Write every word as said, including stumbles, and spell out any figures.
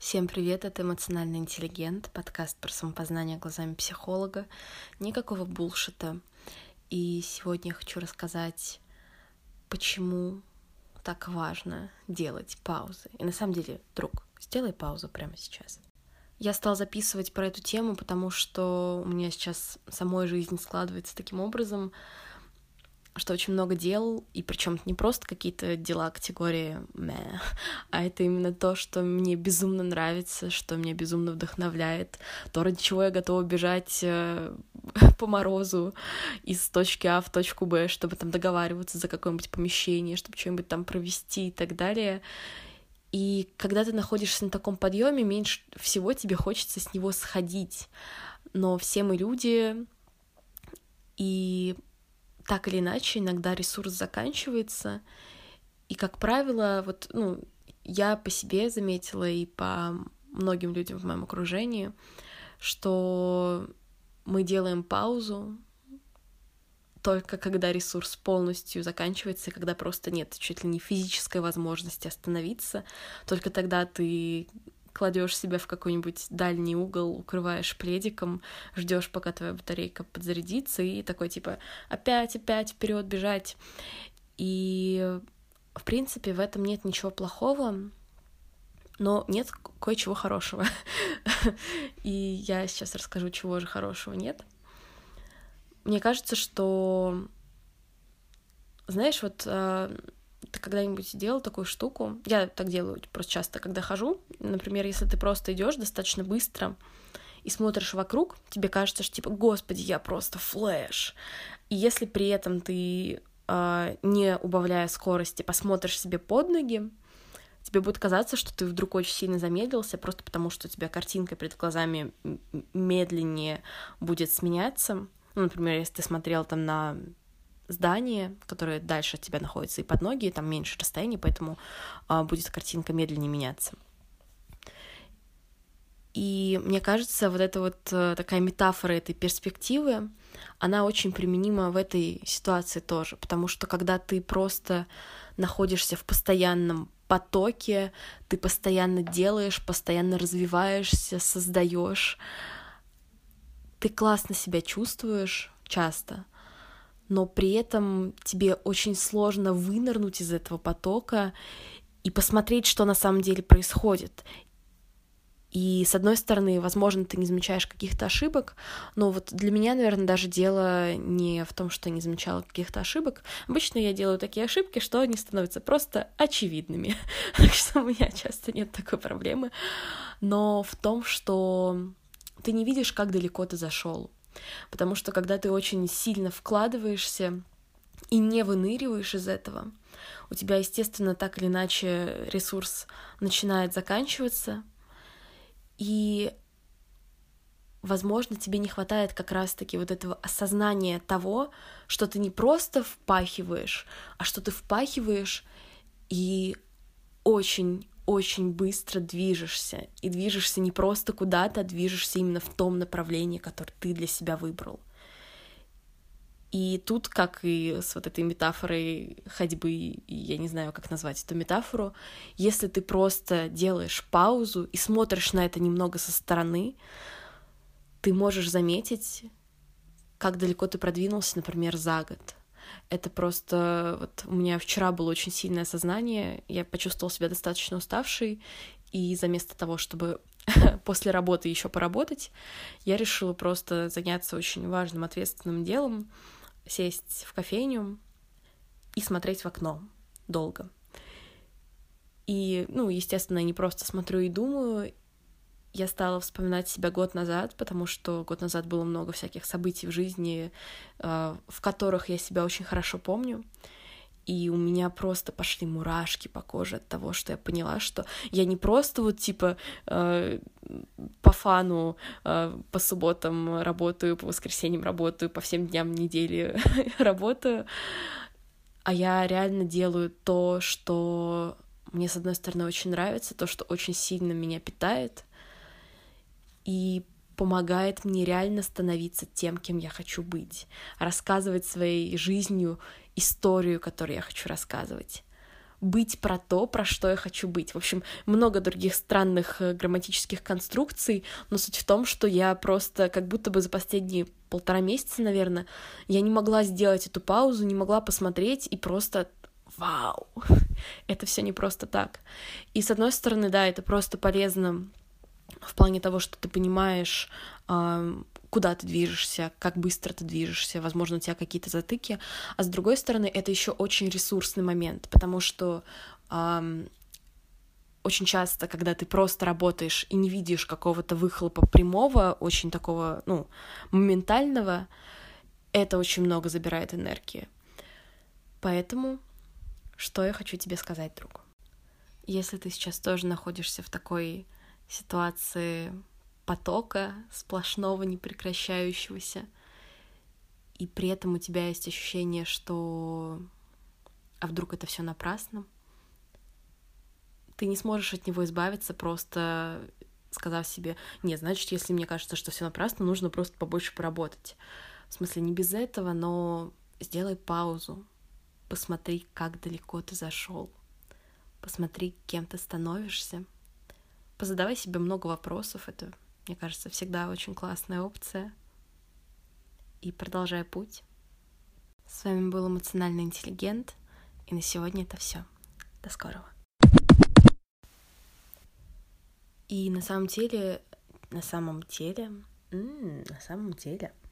Всем привет, это «Эмоциональный интеллигент», подкаст про самопознание глазами психолога. Никакого булшита. И сегодня я хочу рассказать, почему так важно делать паузы. И на самом деле, друг, сделай паузу прямо сейчас. Я стала записывать про эту тему, потому что у меня сейчас самой жизнь складывается таким образом, что очень много дел, и причем не просто какие-то дела категории «мэ», а это именно то, что мне безумно нравится, что меня безумно вдохновляет, то, ради чего я готова бежать э, по морозу из точки А в точку Б, чтобы там договариваться за какое-нибудь помещение, чтобы что-нибудь там провести и так далее. И когда ты находишься на таком подъеме, меньше всего тебе хочется с него сходить. Но все мы люди, и так или иначе, иногда ресурс заканчивается, и, как правило, вот, ну, я по себе заметила и по многим людям в моем окружении, что мы делаем паузу только когда ресурс полностью заканчивается, и когда просто нет чуть ли не физической возможности остановиться, только тогда ты кладешь себя в какой-нибудь дальний угол, укрываешь пледиком, ждешь, пока твоя батарейка подзарядится, и такой типа опять, опять вперед бежать. И в принципе в этом нет ничего плохого, но нет кое-чего хорошего. И я сейчас расскажу, чего же хорошего нет. Мне кажется, что, знаешь, вот ты когда-нибудь делал такую штуку? Я так делаю просто часто, когда хожу. Например, если ты просто идешь достаточно быстро и смотришь вокруг, тебе кажется, что типа, господи, я просто флэш. И если при этом ты, э, не убавляя скорости, посмотришь себе под ноги, тебе будет казаться, что ты вдруг очень сильно замедлился, просто потому что у тебя картинка перед глазами медленнее будет сменяться. Ну, например, если ты смотрел там на здание, которое дальше от тебя находится, и под ноги, там меньше расстояние, поэтому а, будет картинка медленнее меняться. И мне кажется, вот эта вот а, такая метафора этой перспективы, она очень применима в этой ситуации тоже, потому что когда ты просто находишься в постоянном потоке, ты постоянно делаешь, постоянно развиваешься, создаешь, ты классно себя чувствуешь часто, но при этом тебе очень сложно вынырнуть из этого потока и посмотреть, что на самом деле происходит. И, с одной стороны, возможно, ты не замечаешь каких-то ошибок, но вот для меня, наверное, даже дело не в том, что я не замечала каких-то ошибок. Обычно я делаю такие ошибки, что они становятся просто очевидными. Так что у меня часто нет такой проблемы. Но в том, что ты не видишь, как далеко ты зашел. Потому что когда ты очень сильно вкладываешься и не выныриваешь из этого, у тебя, естественно, так или иначе ресурс начинает заканчиваться, и, возможно, тебе не хватает как раз-таки вот этого осознания того, что ты не просто впахиваешь, а что ты впахиваешь и очень очень быстро движешься, и движешься не просто куда-то, а движешься именно в том направлении, которое ты для себя выбрал. И тут, как и с вот этой метафорой ходьбы, я не знаю, как назвать эту метафору, если ты просто делаешь паузу и смотришь на это немного со стороны, ты можешь заметить, как далеко ты продвинулся, например, за год. Это просто... Вот у меня вчера было очень сильное осознание, я почувствовала себя достаточно уставшей, и вместо того, чтобы после работы еще поработать, я решила просто заняться очень важным, ответственным делом, сесть в кофейню и смотреть в окно долго. И, ну, естественно, я не просто смотрю и думаю, я стала вспоминать себя год назад, потому что год назад было много всяких событий в жизни, в которых я себя очень хорошо помню, и у меня просто пошли мурашки по коже от того, что я поняла, что я не просто вот типа по фану по субботам работаю, по воскресеньям работаю, по всем дням недели работаю, а я реально делаю то, что мне, с одной стороны, очень нравится, то, что очень сильно меня питает, и помогает мне реально становиться тем, кем я хочу быть, рассказывать своей жизнью историю, которую я хочу рассказывать. быть про то, про что я хочу быть. В общем, много других странных грамматических конструкций, но суть в том, что я просто как будто бы за последние полтора месяца, наверное, я не могла сделать эту паузу, не могла посмотреть и просто вау, это все не просто так. И с одной стороны, да, это просто полезно в плане того, что ты понимаешь, куда ты движешься, как быстро ты движешься, возможно, у тебя какие-то затыки, а с другой стороны, это еще очень ресурсный момент, потому что эм, очень часто, когда ты просто работаешь и не видишь какого-то выхлопа прямого, очень такого, ну, моментального, это очень много забирает энергии. Поэтому, что я хочу тебе сказать, друг? Если ты сейчас тоже находишься в такой ситуации потока сплошного, непрекращающегося, и при этом у тебя есть ощущение, что а вдруг это все напрасно, ты не сможешь от него избавиться, просто сказав себе: нет, значит, если мне кажется, что все напрасно, нужно просто побольше поработать. В смысле, не без этого, но сделай паузу, посмотри, как далеко ты зашел, посмотри, кем ты становишься, позадавай себе много вопросов, это, мне кажется, всегда очень классная опция. И продолжай путь. С вами был эмоциональный интеллигент, и на сегодня это все. До скорого. И на самом деле, на самом деле, м-м, на самом деле,